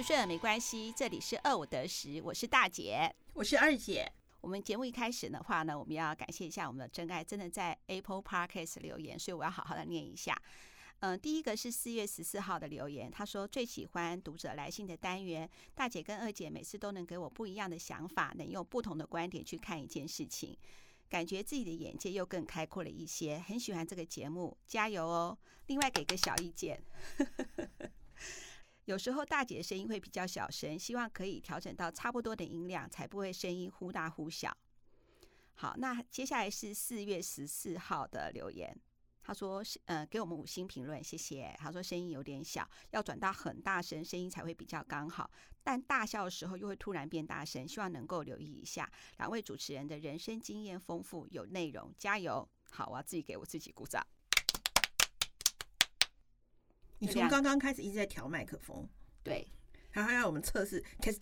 顺没关系，这里是25得10，我是大姐， 我是二姐。 我们节目一开始的话呢，我们要感谢一下我们的真爱，真的在 Apple Podcast 留言，所以我要好好的念一下。第一个是4月14号的留言，他说最喜欢读者来信的单元，大姐跟二姐每次都能给我不一样的想法，能用不同的观点去看一件事情，感觉自己的眼界又更开阔了一些，很喜欢这个节目，加油哦！另外给个小意见，有时候大姐的声音会比较小声，希望可以调整到差不多的音量，才不会声音忽大忽小。好，那接下来是4月14号的留言，他说给我们5星评论，谢谢。他说声音有点小，要转到很大声，声音才会比较刚好，但大笑的时候又会突然变大声，希望能够留意一下。2位主持人的人生经验丰富，有内容，加油！好，我要自己给我自己鼓掌。 你从刚刚开始一直在调麦克风， 对， 然后要我们测试 test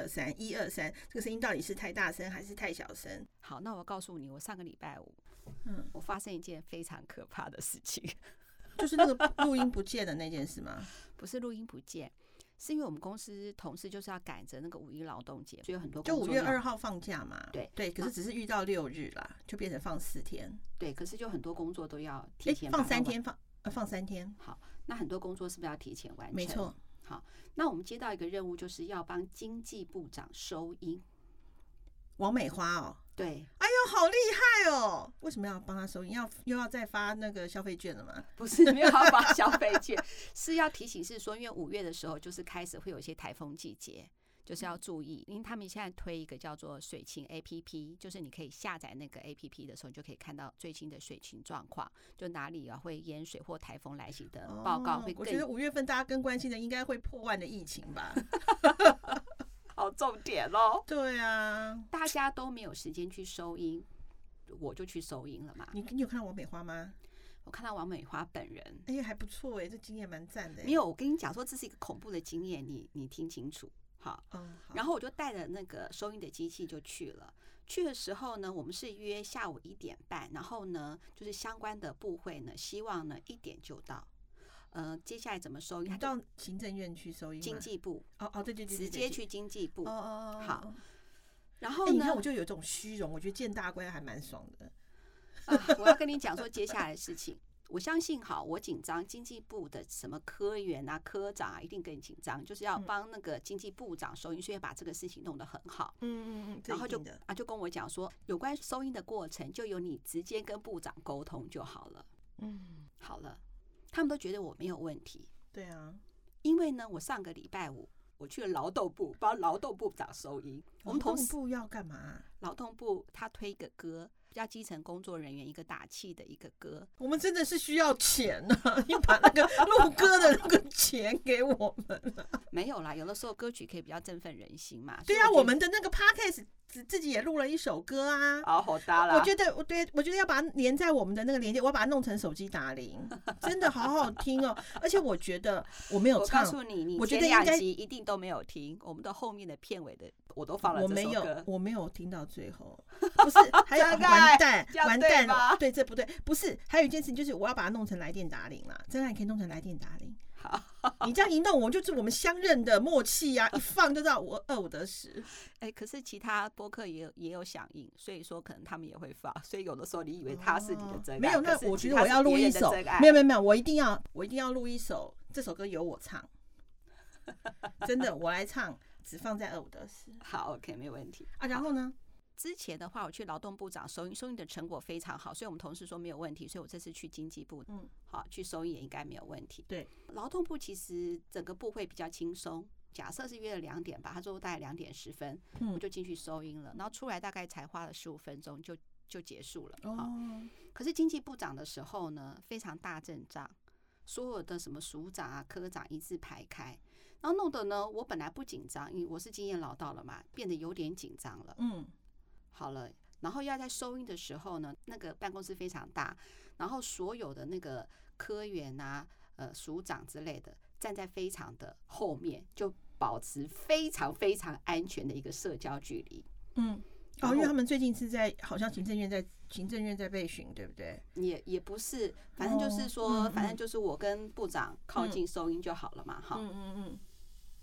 123，这个声音到底是太大声还是太小声？ 好，那我告诉你，我上个礼拜五，我发生一件非常可怕的事情， 就是那个录音不见的那件事吗？ 不是录音不见，是因为我们公司同事就是要赶着那个5一劳动节，所以有很多就5月2号放假嘛。 对， 可是只是遇到6日啦，就变成放4天。 对，可是就很多工作都要提前放3天，放3天。 好，那很多工作是不是要提前完成？ 没错。 好，那我们接到一个任务，就是要帮经济部长收音。 王美花哦， 对， 哎呦，好厉害哦！为什么要帮他收音？又要再发那个消费券了吗？ 不是，没有要发消费券，是要提醒是说，因为5月的时候就是开始会有一些台风季节。就是要注意，因为他们现在推一个叫做水情 APP， 就是你可以下载那个 APP 的时候，你就可以看到最新的水情状况，就哪里会淹水或台风来袭的报告会更。 我觉得5月份大家更关心的应该会破万的疫情吧。 好重点哦。 对啊， 大家都没有时间去收音，我就去收音了嘛。 你有看到王美花吗？ 我看到王美花本人， 哎，还不错哎，这经验蛮赞的。 没有，我跟你讲说这是一个恐怖的经验，你听清楚。好，然后我就带着那个收音的机器就去了。去的时候呢，我们是约下午1点半，然后呢，就是相关的部会呢，希望呢1点就到。接下来怎么收音？ 你到行政院去收音吗？ 经济部。 对， 直接去经济部。好，然后呢，你看我就有一种虚荣，我觉得见大官还蛮爽的。 我要跟你讲说接下来的事情。我相信，好，我紧张，经济部的什么科员啊、科长啊，一定更紧张，就是要帮那个经济部长收音，所以把这个事情弄得很好。然后就跟我讲说，有关收音的过程，就由你直接跟部长沟通就好了。好了，他们都觉得我没有问题。 对啊， 因为呢，我上个礼拜五我去了劳动部，帮劳动部长收音。 我们劳动部要干嘛？ 劳动部他推一个歌。比较基层工作人员一个打气的一个歌， 我们真的是需要钱啊！你把那个录歌的那个钱给我们啊。 没有啦，有的时候歌曲可以比较振奋人心嘛。 对啊，我们的那个 podcast 自己也录了一首歌啊。 好大啦！ 我觉得要把它连在我们的那个连接，我要把它弄成手机打铃，真的好好听哦。而且我觉得我没有唱， 我告诉你， 我觉得前2集一定都没有听，我们的后面的片尾的我都放了这首歌。 我没有听到最后，不是还有完蛋了，对，这不对，不是还有一件事情就是我要把它弄成来电打铃啦，真的可以弄成来电打铃。你这样一弄，我就是我们相认的默契啊！一放就知道我25得10。 可是其他播客也有响应，所以说可能他们也会发，所以有的时候你以为他是你的真爱， 没有。那我觉得我要录一首，没有，我一定要录一首，这首歌由我唱，真的，我来唱，只放在25得10。 好 ，OK， 没有问题啊。然后呢？ 之前的话，我去劳动部长收音的成果非常好，所以我们同事说没有问题，所以我这次去经济部，好去收音也应该没有问题。 对， 劳动部其实整个部会比较轻松，假设是约了2点吧，他说大概2点10分，我就进去收音了，然后出来大概才花了15分钟就结束了。可是经济部长的时候呢，非常大阵仗，所有的什么署长啊、科长一字排开，然后弄得呢，我本来不紧张，因为我是经验老道了嘛，变得有点紧张了。好了，然后要在收音的时候呢，那个办公室非常大，然后所有的那个科员啊、署长之类的，站在非常的后面，就保持非常非常安全的一个社交距离。 因为他们最近是好像行政院在备询，对不对？ 也不是，反正就是说，反正就是我跟部长靠近收音就好了嘛，哈。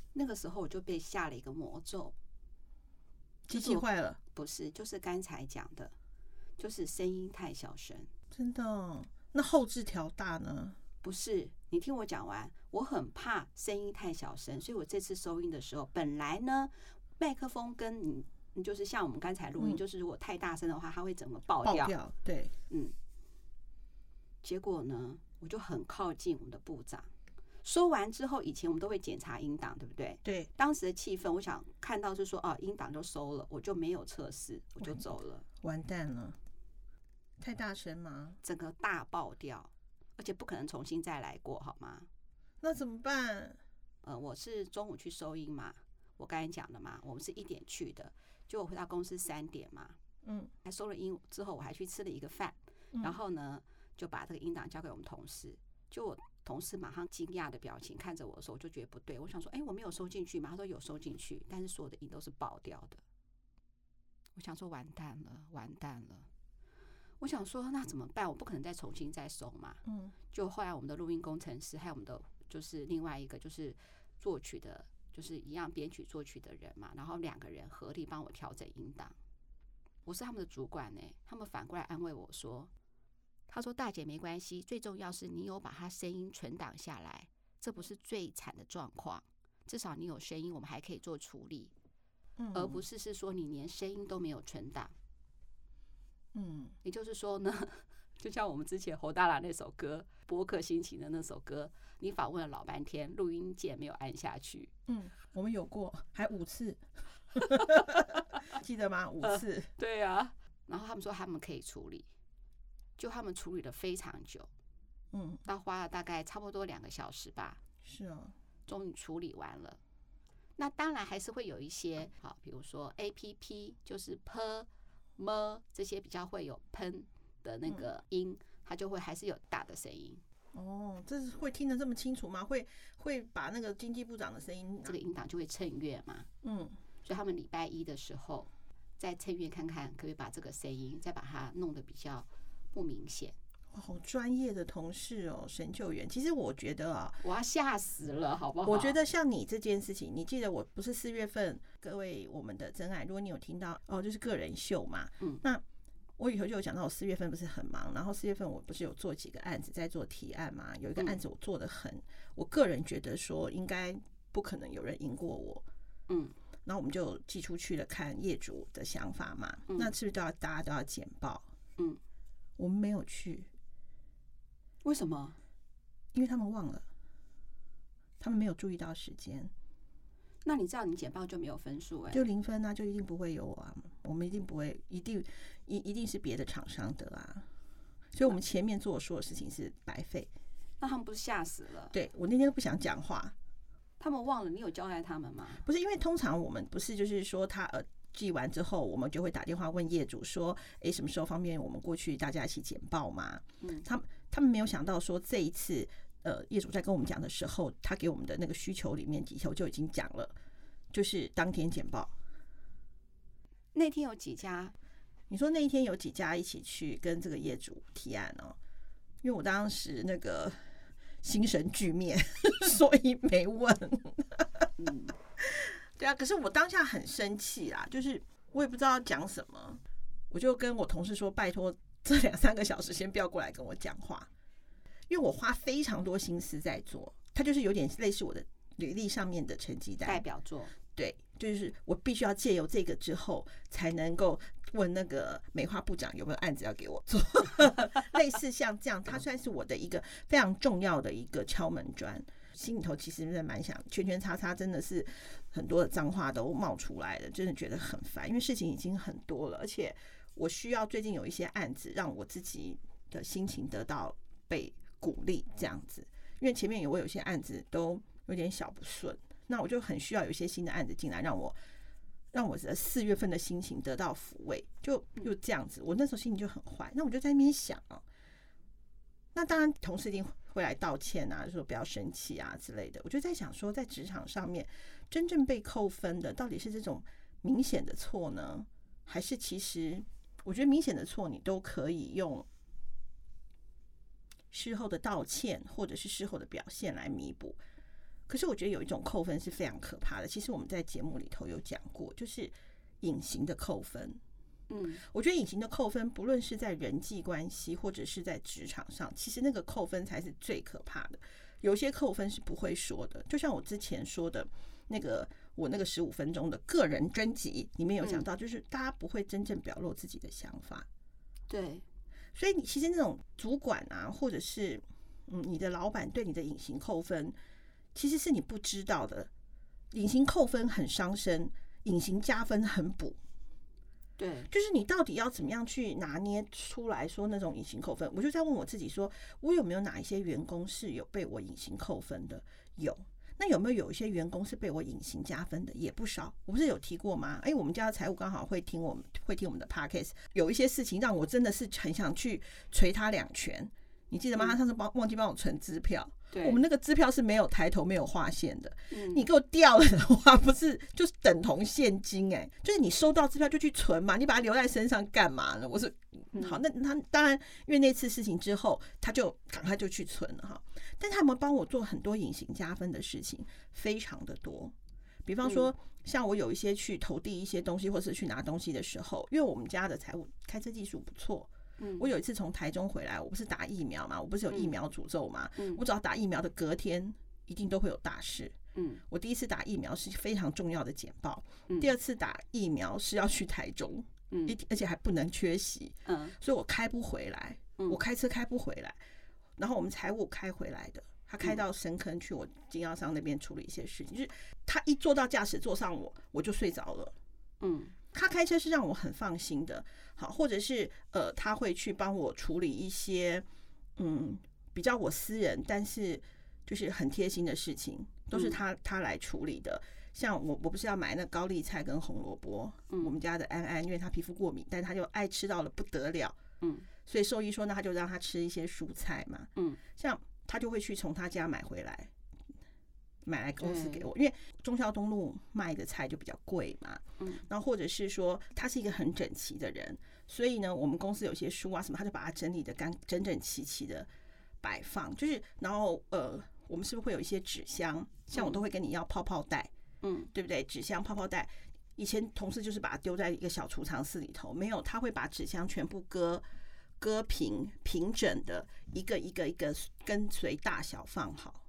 那个时候我就被下了一个魔咒， 机器坏了？ 不是，就是刚才讲的，就是声音太小声。 真的哦？那后置调大呢？ 不是，你听我讲完，我很怕声音太小声，所以我这次收音的时候，本来呢，麦克风跟你就是像我们刚才录音，就是如果太大声的话，它会整个爆掉。 对， 结果呢，我就很靠近我们的部长。收完之后，以前我们都会检查音档，对不对？ 对。 当时的气氛，我想看到是说，音档就收了，我就没有测试，我就走了。 完蛋了，太大声吗？ 整个大爆掉，而且不可能重新再来过，好吗？ 那怎么办？ 我是中午去收音嘛，我刚才讲的嘛，我们是1点去的，就我回到公司3点嘛，还收了音之后，我还去吃了一个饭，然后呢，就把这个音档交给我们同事，就我同事马上惊讶的表情看着我的时候，我就觉得不对，我想说，我没有收进去嘛，他说有收进去，但是所有的音都是爆掉的，我想说完蛋了，完蛋了。我想说那怎么办？我不可能再重新再收嘛。就后来我们的录音工程师还有我们的就是另外一个就是作曲的，就是一样编曲作曲的人嘛，然后2个人合力帮我调整音档。我是他们的主管他们反过来安慰我说，他说大姐没关系，最重要是你有把他声音存档下来，这不是最惨的状况，至少你有声音，我们还可以做处理，而不是说你连声音都没有存档。也就是说呢，就像我们之前侯大郎那首歌《播客心情》的那首歌，你访问了老半天，录音键没有按下去。 我们有过，还5次，记得吗？5次。 对啊，然后他们说他们可以处理，就他们处理了非常久，到花了大概差不多2个小时吧。 是哦， 终于处理完了。那当然还是会有一些比如说 APP， 就是 么这些比较会有喷的那个音，它就会还是有大的声音。 这是会听得这么清楚吗？会把那个经济部长的声音， 这个音档就会衬乐嘛。所以他们礼拜1的时候再衬乐看看，可不可以把这个声音再把它弄得比较不明显。 好专业的同事哦，神救援。其实我觉得我要吓死了，好不好？ 我觉得像你这件事情，你记得我不是4月份，各位我们的真爱，如果你有听到就是个人秀嘛，那我以后就有讲到，我4月份不是很忙，然后4月份我不是有做几个案子，在做提案嘛，有一个案子我做得我个人觉得说应该不可能有人赢过我，然后我们就寄出去了，看业主的想法嘛，那是不是大家都要简报？我们没有去。 为什么？ 因为他们忘了，他们没有注意到时间。 那你知道你简报就没有分数就0分啊，就一定不会有我啊，我们一定不会，一定是别的厂商的啊，所以我们前面做的所有事情是白费。 那他们不是吓死了？ 对，我那天都不想讲话。 他们忘了，你有交代他们吗？ 不是，因为通常我们不是就是说他寄完之后，我们就会打电话问业主说，什么时候方便我们过去大家一起简报嘛？他们没有想到说这一次业主在跟我们讲的时候，他给我们的那个需求里面里头就已经讲了，就是当天简报。 那天有几家？ 你说那一天有几家一起去跟这个业主提案哦？因为我当时那个心神俱灭，所以没问。对啊，可是我当下很生气啦，就是我也不知道讲什么，我就跟我同事说，拜托这2-3个小时先不要过来跟我讲话，因为我花非常多心思在做，它就是有点类似我的履历上面的成绩单代表作。 对，就是我必须要借由这个之后，才能够问那个美化部长有没有案子要给我做，类似像这样，它算是我的一个非常重要的一个敲门砖。心里头其实是蛮想圈圈叉叉，真的是很多的脏话都冒出来了，真的觉得很烦，因为事情已经很多了，而且我需要最近有一些案子让我自己的心情得到被鼓励，这样子，因为前面我有些案子都有点小不顺，那我就很需要有一些新的案子进来，让我的4月份的心情得到抚慰，就这样子，我那时候心情就很坏，那我就在那边想那当然同事一定会来道歉啊，就说不要生气啊之类的。我就在想说，在职场上面真正被扣分的到底是这种明显的错呢，还是其实我觉得明显的错你都可以用事后的道歉或者是事后的表现来弥补， 可是我觉得有一种扣分是非常可怕的，其实我们在节目里头有讲过，就是隐形的扣分。我觉得隐形的扣分，不论是在人际关系或者是在职场上，其实那个扣分才是最可怕的。有些扣分是不会说的，就像我之前说的我那个15分钟的个人专辑里面有讲到，就是大家不会真正表露自己的想法。 对， 所以你其实那种主管啊，或者是你的老板对你的隐形扣分，其实是你不知道的。隐形扣分很伤身，隐形加分很补。 对， 就是你到底要怎么样去拿捏出来说那种隐形扣分？我就在问我自己说，我有没有哪一些员工是有被我隐形扣分的？有。那有没有一些员工是被我隐形加分的？也不少。我不是有提过吗？我们家的财务刚好会听我们的 podcast， 有一些事情让我真的是很想去捶他2拳。你记得吗？他上次忘记帮我存支票。我们那个支票是没有抬头没有划线的，你给我掉了的话，不是就是等同现金就是你收到支票就去存嘛，你把它留在身上干嘛呢？我是好，那他当然因为那次事情之后，他就赶快就去存了哈。但他们帮我做很多隐形加分的事情，非常的多。比方说，像我有一些去投递一些东西，或是去拿东西的时候，因为我们家的财务开车技术不错。我有一次从台中回来，我不是打疫苗嘛，我不是有疫苗诅咒嘛，我只要打疫苗的隔天一定都会有大事。我第一次打疫苗是非常重要的简报，第二次打疫苗是要去台中，而且还不能缺席，所以我开不回来，我开车开不回来，然后我们财务开回来的，他开到深坑去我经销商那边处理一些事情，就是他一坐到驾驶座上我就睡着了。他开车是让我很放心的，好，或者是他会去帮我处理一些比较我私人但是就是很贴心的事情，都是他来处理的。像我不是要买那高丽菜跟红萝卜，我们家的安安因为他皮肤过敏，但他就爱吃到了不得了，所以兽医说那他就让他吃一些蔬菜嘛，像他就会去从他家买来公司给我，因为忠孝东路卖的菜就比较贵嘛，然后或者是说他是一个很整齐的人，所以呢，我们公司有些书啊什么，他就把它整理的整整齐齐的摆放，就是然后我们是不是会有一些纸箱，像我都会跟你要泡泡袋，对不对？纸箱泡泡袋，以前同事就是把它丢在一个小储藏室里头，没有，他会把纸箱全部割平整的，一个一个跟随大小放好，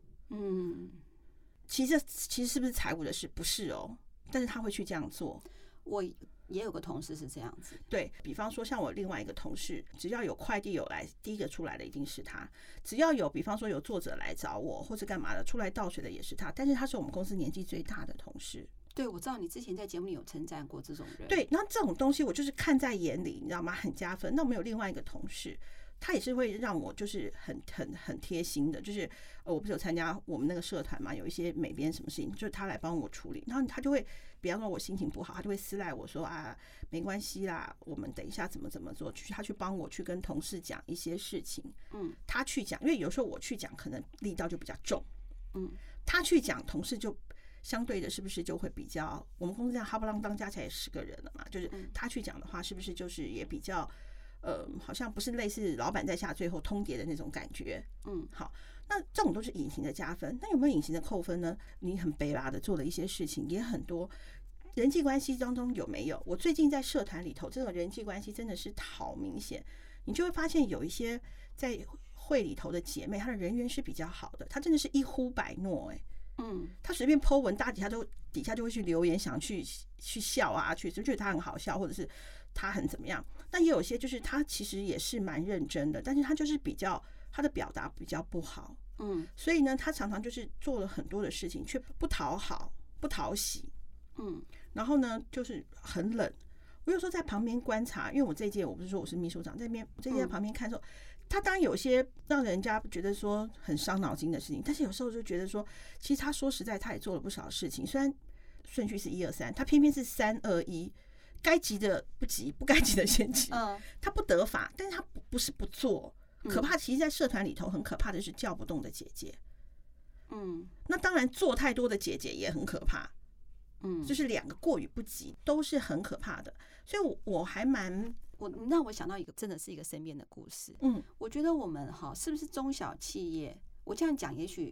其实是不是财务的事？不是哦，但是他会去这样做。 我也有个同事是这样子， 对，比方说像我另外一个同事，只要有快递有来，第一个出来的一定是他；只要有比方说有作者来找我或者干嘛的，出来倒水的也是他。但是他是我们公司年纪最大的同事。 对，我知道你之前在节目里有称赞过这种人。 对，那这种东西我就是看在眼里，你知道吗？很加分。那我们有另外一个同事，他也是会让我就是很贴心的，就是我不是有参加我们那个社团嘛，有一些美编什么事情，就是他来帮我处理，然后他就会，比方说我心情不好，他就会私赖我说啊，没关系啦，我们等一下怎么做，他去帮我去跟同事讲一些事情，他去讲，因为有时候我去讲可能力道就比较重，他去讲，同事就相对的是不是就会比较，我们公司这样哈不啷当加起来也10个人了嘛，就是他去讲的话，是不是就是也比较。好像不是类似老板在下最后通牒的那种感觉。好，那这种都是隐形的加分。那有没有隐形的扣分呢？你很悲拉的做了一些事情，也很多。人际关系当中有没有？我最近在社团里头，这种人际关系真的是好明显。你就会发现有一些在会里头的姐妹，她的人缘是比较好的，她真的是一呼百诺她随便 po 文，大家底下就会去留言，想去笑啊，就觉得她很好笑，或者是她很怎么样。那也有些就是她其实也是蛮认真的，但是她就是比较她的表达比较不好，所以呢，她常常就是做了很多的事情，却不讨好、不讨喜，然后呢，就是很冷。我有时候在旁边观察，因为我这一届我不是说我是秘书长，我这一届在旁边看的时候，他当然有些让人家觉得说很伤脑筋的事情，但是有时候就觉得说，其实他说实在他也做了不少事情，虽然顺序是1、2、3，他偏偏是3、2、1，该急的不急，不该急的先急，他不得法，但是他不是不做，可怕其实在社团里头很可怕的是叫不动的姐姐，那当然做太多的姐姐也很可怕，就是2个过于不及都是很可怕的，所以我还蛮让我想到一个真的是一个身边的故事。我觉得我们是不是中小企业？我这样讲，也许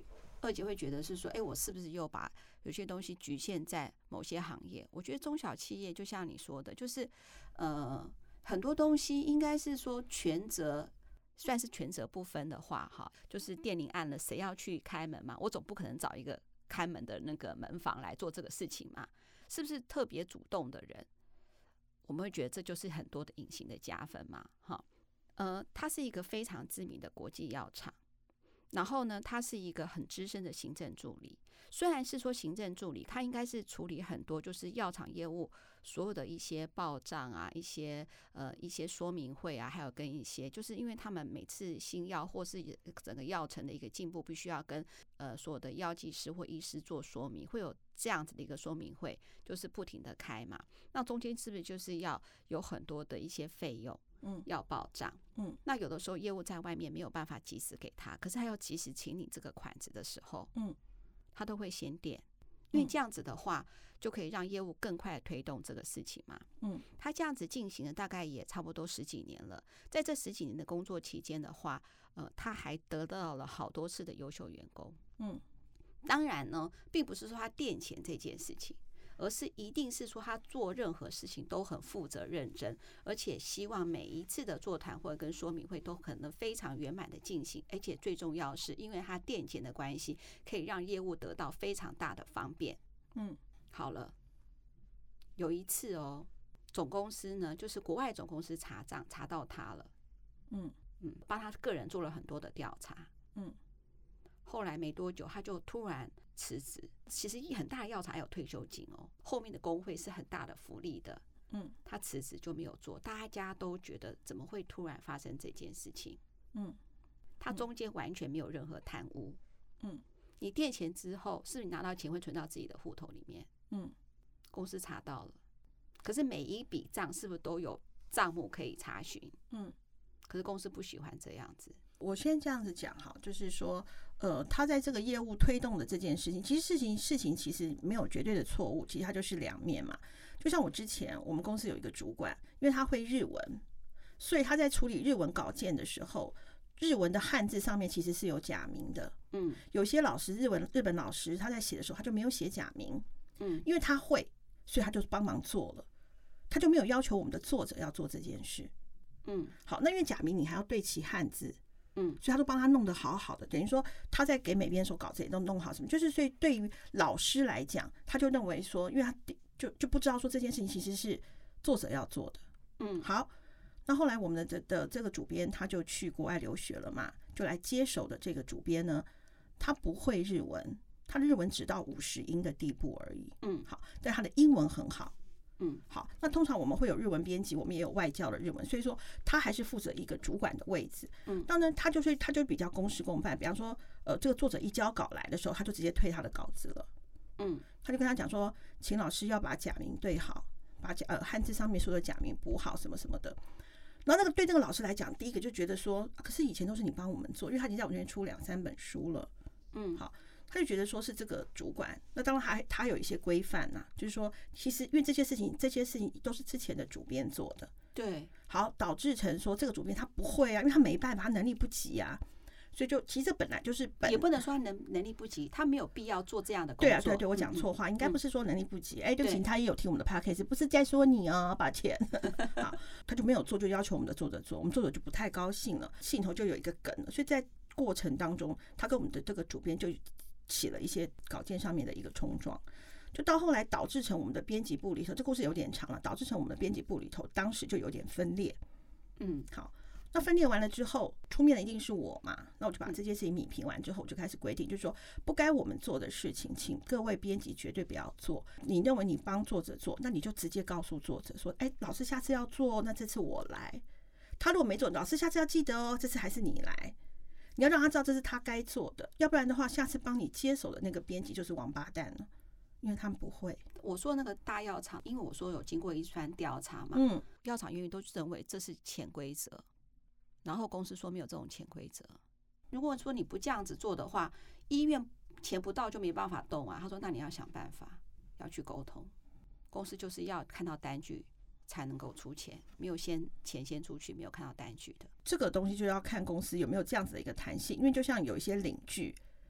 二姐会觉得是说，我是不是又把有些东西局限在某些行业？我觉得中小企业就像你说的，就是很多东西应该是说权责，算是权责不分的话，哈，就是电铃按了，谁要去开门嘛？我总不可能找一个看门的那个门房来做这个事情嘛？是不是特别主动的人？我们会觉得这就是很多的隐形的加分嘛，哈。它是一个非常知名的国际药厂，然后呢，他是一个很资深的行政助理。虽然是说行政助理，他应该是处理很多就是药厂业务所有的一些报账啊，一些说明会啊，还有跟一些就是因为他们每次新药或是整个药程的一个进步，必须要跟所有的药剂师或医师做说明，会有这样子的一个说明会，就是不停的开嘛。那中间是不是就是要有很多的一些费用？要报账，那有的时候业务在外面没有办法及时给他，可是他要及时请你这个款子的时候，他都会先点，因为这样子的话就可以让业务更快的推动这个事情嘛。他这样子进行了大概也差不多10几年了，在这10几年的工作期间的话，他还得到了好多次的优秀员工。当然呢，并不是说他垫钱这件事情，而是一定是说他做任何事情都很负责认真，而且希望每一次的座谈会跟说明会都可能非常圆满的进行，而且最重要是因为他垫钱的关系，可以让业务得到非常大的方便。好了，有一次总公司呢，就是国外总公司查账查到他了，帮他个人做了很多的调查，后来没多久他就突然辞职。其实很大的药厂还有退休金后面的工会是很大的福利的。他辞职就没有做，大家都觉得怎么会突然发生这件事情？他中间完全没有任何贪污。你垫钱之后，是不是你拿到钱会存到自己的户头里面？公司查到了，可是每一笔账是不是都有账目可以查询？可是公司不喜欢这样子。 我先这样子讲哈，就是说，他在这个业务推动的这件事情，其实事情其实没有绝对的错误，其实它就是两面嘛。就像我们公司有一个主管，因为他会日文，所以他在处理日文稿件的时候，日文的汉字上面其实是有假名的。有些老师日本老师他在写的时候，他就没有写假名。因为他会，所以他就帮忙做了，他就没有要求我们的作者要做这件事。好，那因为假名你还要对齐汉字。所以他都帮他弄得好好的，等于说他在给美编手稿子也都弄好什么，就是所以对于老师来讲，他就认为说，因为他就不知道说这件事情其实是作者要做的。好，那后来我们的这个主编他就去国外留学了嘛，就来接手的这个主编呢，他不会日文，他的日文只到50音的地步而已。好，但他的英文很好。好，那通常我们会有日文编辑，我们也有外教的日文，所以说他还是负责一个主管的位置。当然他就比较公事公办，比方说这个作者一交稿来的时候，他就直接推他的稿子了。他就跟他讲说，请老师要把假名对好，把汉字上面说的假名补好什么什么的。然后对那个老师来讲，第一个就觉得说，可是以前都是你帮我们做，因为他已经在我这边出2、3本书了。好。他就觉得说是这个主管，那当然他有一些规范呐，就是说其实因为这些事情都是之前的主编做的。 对， 好，导致成说这个主编他不会啊，因为他没办法，他能力不及啊，所以就其实这本来就是也不能说他能力不及，他没有必要做这样的工作。 对，我讲错话，应该不是说能力不及。对不起，他也有听我们的 podcast， 不是在说你啊，抱歉。好，他就没有做，就要求我们的作者做，我们作者就不太高兴了，心头就有一个梗了，所以在过程当中，他跟我们的这个主编就起了一些稿件上面的一个冲撞，就到后来导致成我们的编辑部里头，这故事有点长了，导致成我们的编辑部里头当时就有点分裂。好，那分裂完了之后，出面的一定是我嘛，那我就把这件事情弭平完之后，我就开始规定，就是说不该我们做的事情，请各位编辑绝对不要做。你认为你帮作者做，那你就直接告诉作者说，老师下次要做，那这次我来。他如果没做，老师下次要记得哦，这次还是你来。你要让他知道这是他该做的，要不然的话，下次帮你接手的那个编辑就是王八蛋了，因为他们不会。 我说那个大药厂，因为我说有经过一番调查嘛，药厂员都认为这是潜规则，然后公司说没有这种潜规则。如果说你不这样子做的话，医院钱不到就没办法动啊。他说那你要想办法，要去沟通。公司就是要看到单据才能够出钱，没有钱先出去，没有看到单据的。 这个东西就要看公司有没有这样子的一个弹性，因为就像有一些领剧，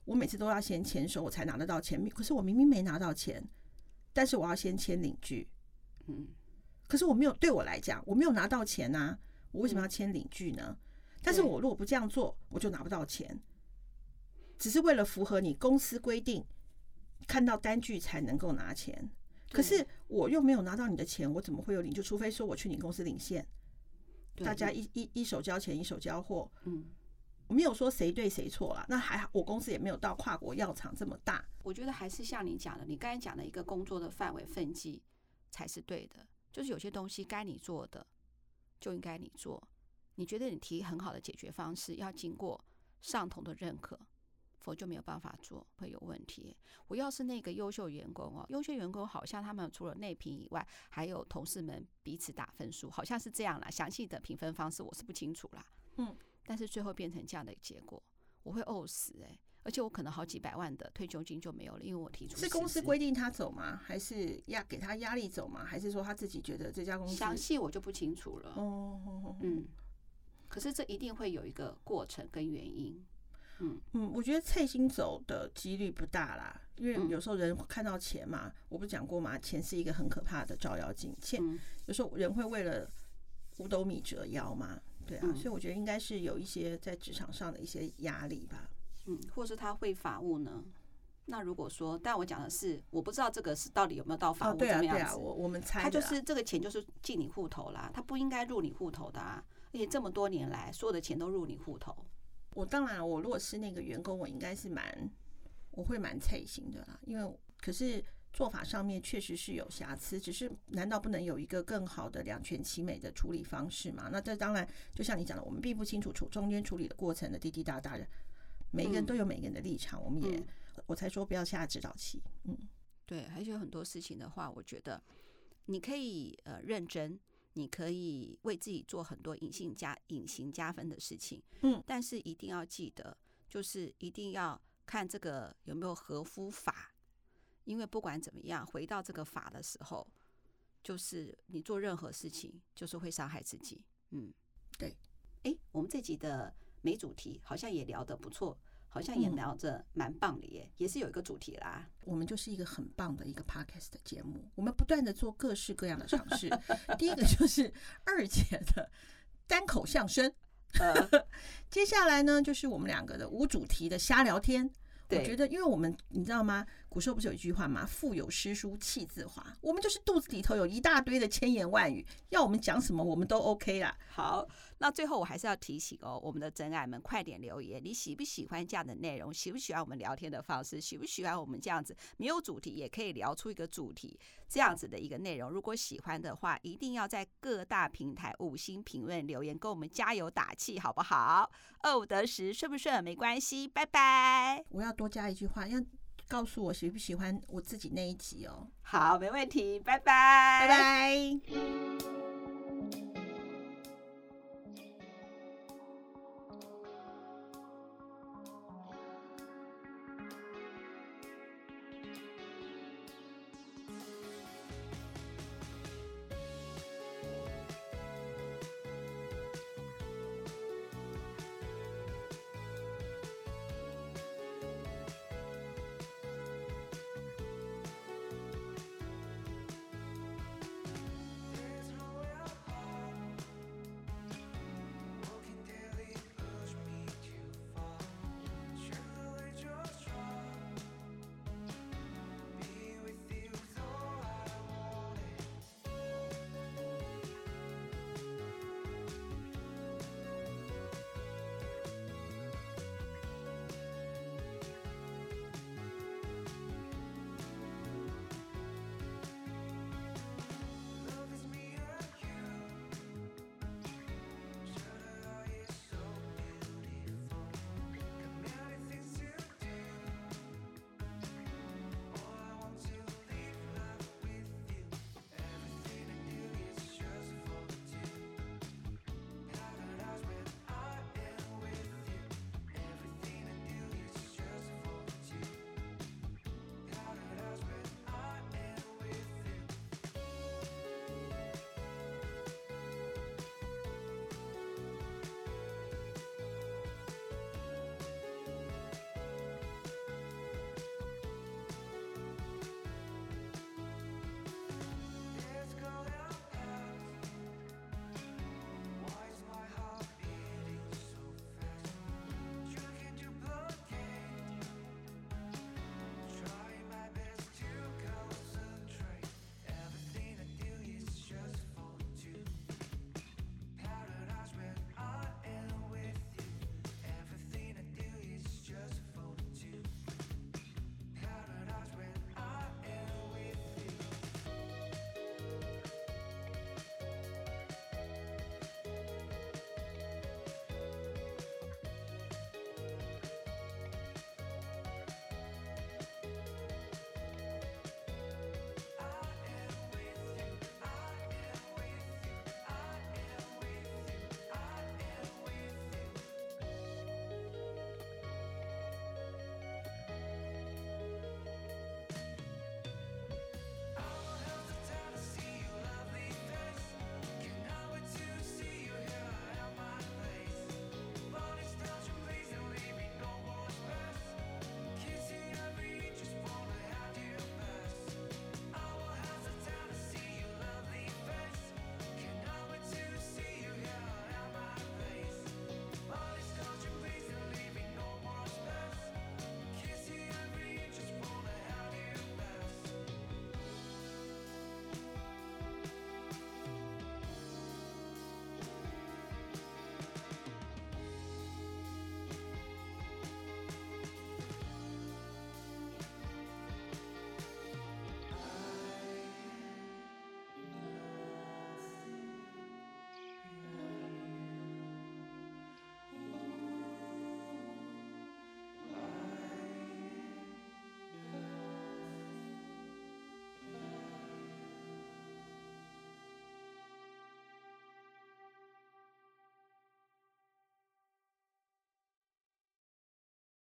我每次都要先签收我才拿得到钱，可是我明明没拿到钱，但是我要先签领据。可是我没有，对我来讲我没有拿到钱啊，我为什么要签领据呢？但是我如果不这样做，我就拿不到钱，只是为了符合你公司规定，看到单据才能够拿钱。可是我又没有拿到你的钱，我怎么会有领据？除非说我去你公司领现，大家一手交钱一手交货。没有说谁对谁错啦，那还好，我公司也没有到跨国药厂这么大。 我觉得还是像你讲的，你刚才讲的一个工作的范围分际才是对的，就是有些东西该你做的就应该你做。你觉得你提很好的解决方式，要经过上头的认可，否则就没有办法做，会有问题。我要是那个优秀员工优秀员工好像他们除了内评以外，还有同事们彼此打分数，好像是这样啦。详细的评分方式我是不清楚啦。但是最后变成这样的结果，我会呕死而且我可能好几百万的退休金就没有了，因为我提出是公司规定他走吗？还是给他压力走吗？还是说他自己觉得这家公司？ 详细我就不清楚了。可是这一定会有一个过程跟原因。 我觉得蔡心走的几率不大啦，因为有时候人看到钱嘛，我不是讲过嘛，钱是一个很可怕的照妖镜，有时候人会为了五斗米折腰嘛。对啊，所以我觉得应该是有一些在职场上的一些压力吧。 或是他会法务呢？那如果说，但我讲的是，我不知道这个是到底有没有到法务这么样子。 对啊，我们猜的。 他就是这个钱就是进你户头啦，他不应该入你户头的啊！而且这么多年来，所有的钱都入你户头。 当然，我如果是那个员工，我应该是我会蛮脆心的啦，因为可是。做法上面确实是有瑕疵，只是难道不能有一个更好的两全其美的处理方式吗？那这当然就像你讲的，我们并不清楚中间处理的过程的滴滴答答的，每一个人都有每个人的立场，我们也我才说不要下指导棋。 对，而且有很多事情的话，我觉得你可以认真，你可以为自己做很多隐形加分的事情，但是一定要记得，就是一定要看这个有没有合乎法。因为不管怎么样，回到这个法的时候，就是你做任何事情，就是会伤害自己。 对。 我们这集的没主题好像也聊得不错，好像也聊着蛮棒的耶，也是有一个主题啦。 我们就是一个很棒的一个 podcast 的节目，我们不断的做各式各样的尝试。第一个就是二姐的单口相声，接下来呢就是我们两个的无主题的瞎聊天。我觉得，因为你知道吗？古时候不是有一句话吗？腹有诗书气自华。我们就是肚子里头有一大堆的千言万语，要我们讲什么我们都 OK 啦。 好，那最后我还是要提醒我们的真爱们，快点留言，你喜不喜欢这样的内容？喜不喜欢我们聊天的方式？喜不喜欢我们这样子没有主题也可以聊出一个主题这样子的一个内容？如果喜欢的话，一定要在各大平台5星评论留言，跟我们加油打气，好不好？25得10，顺不顺没关系，拜拜。 我要多加一句话，要告诉我喜不喜欢我自己那一集哦。 好，没问题，拜拜， 拜拜。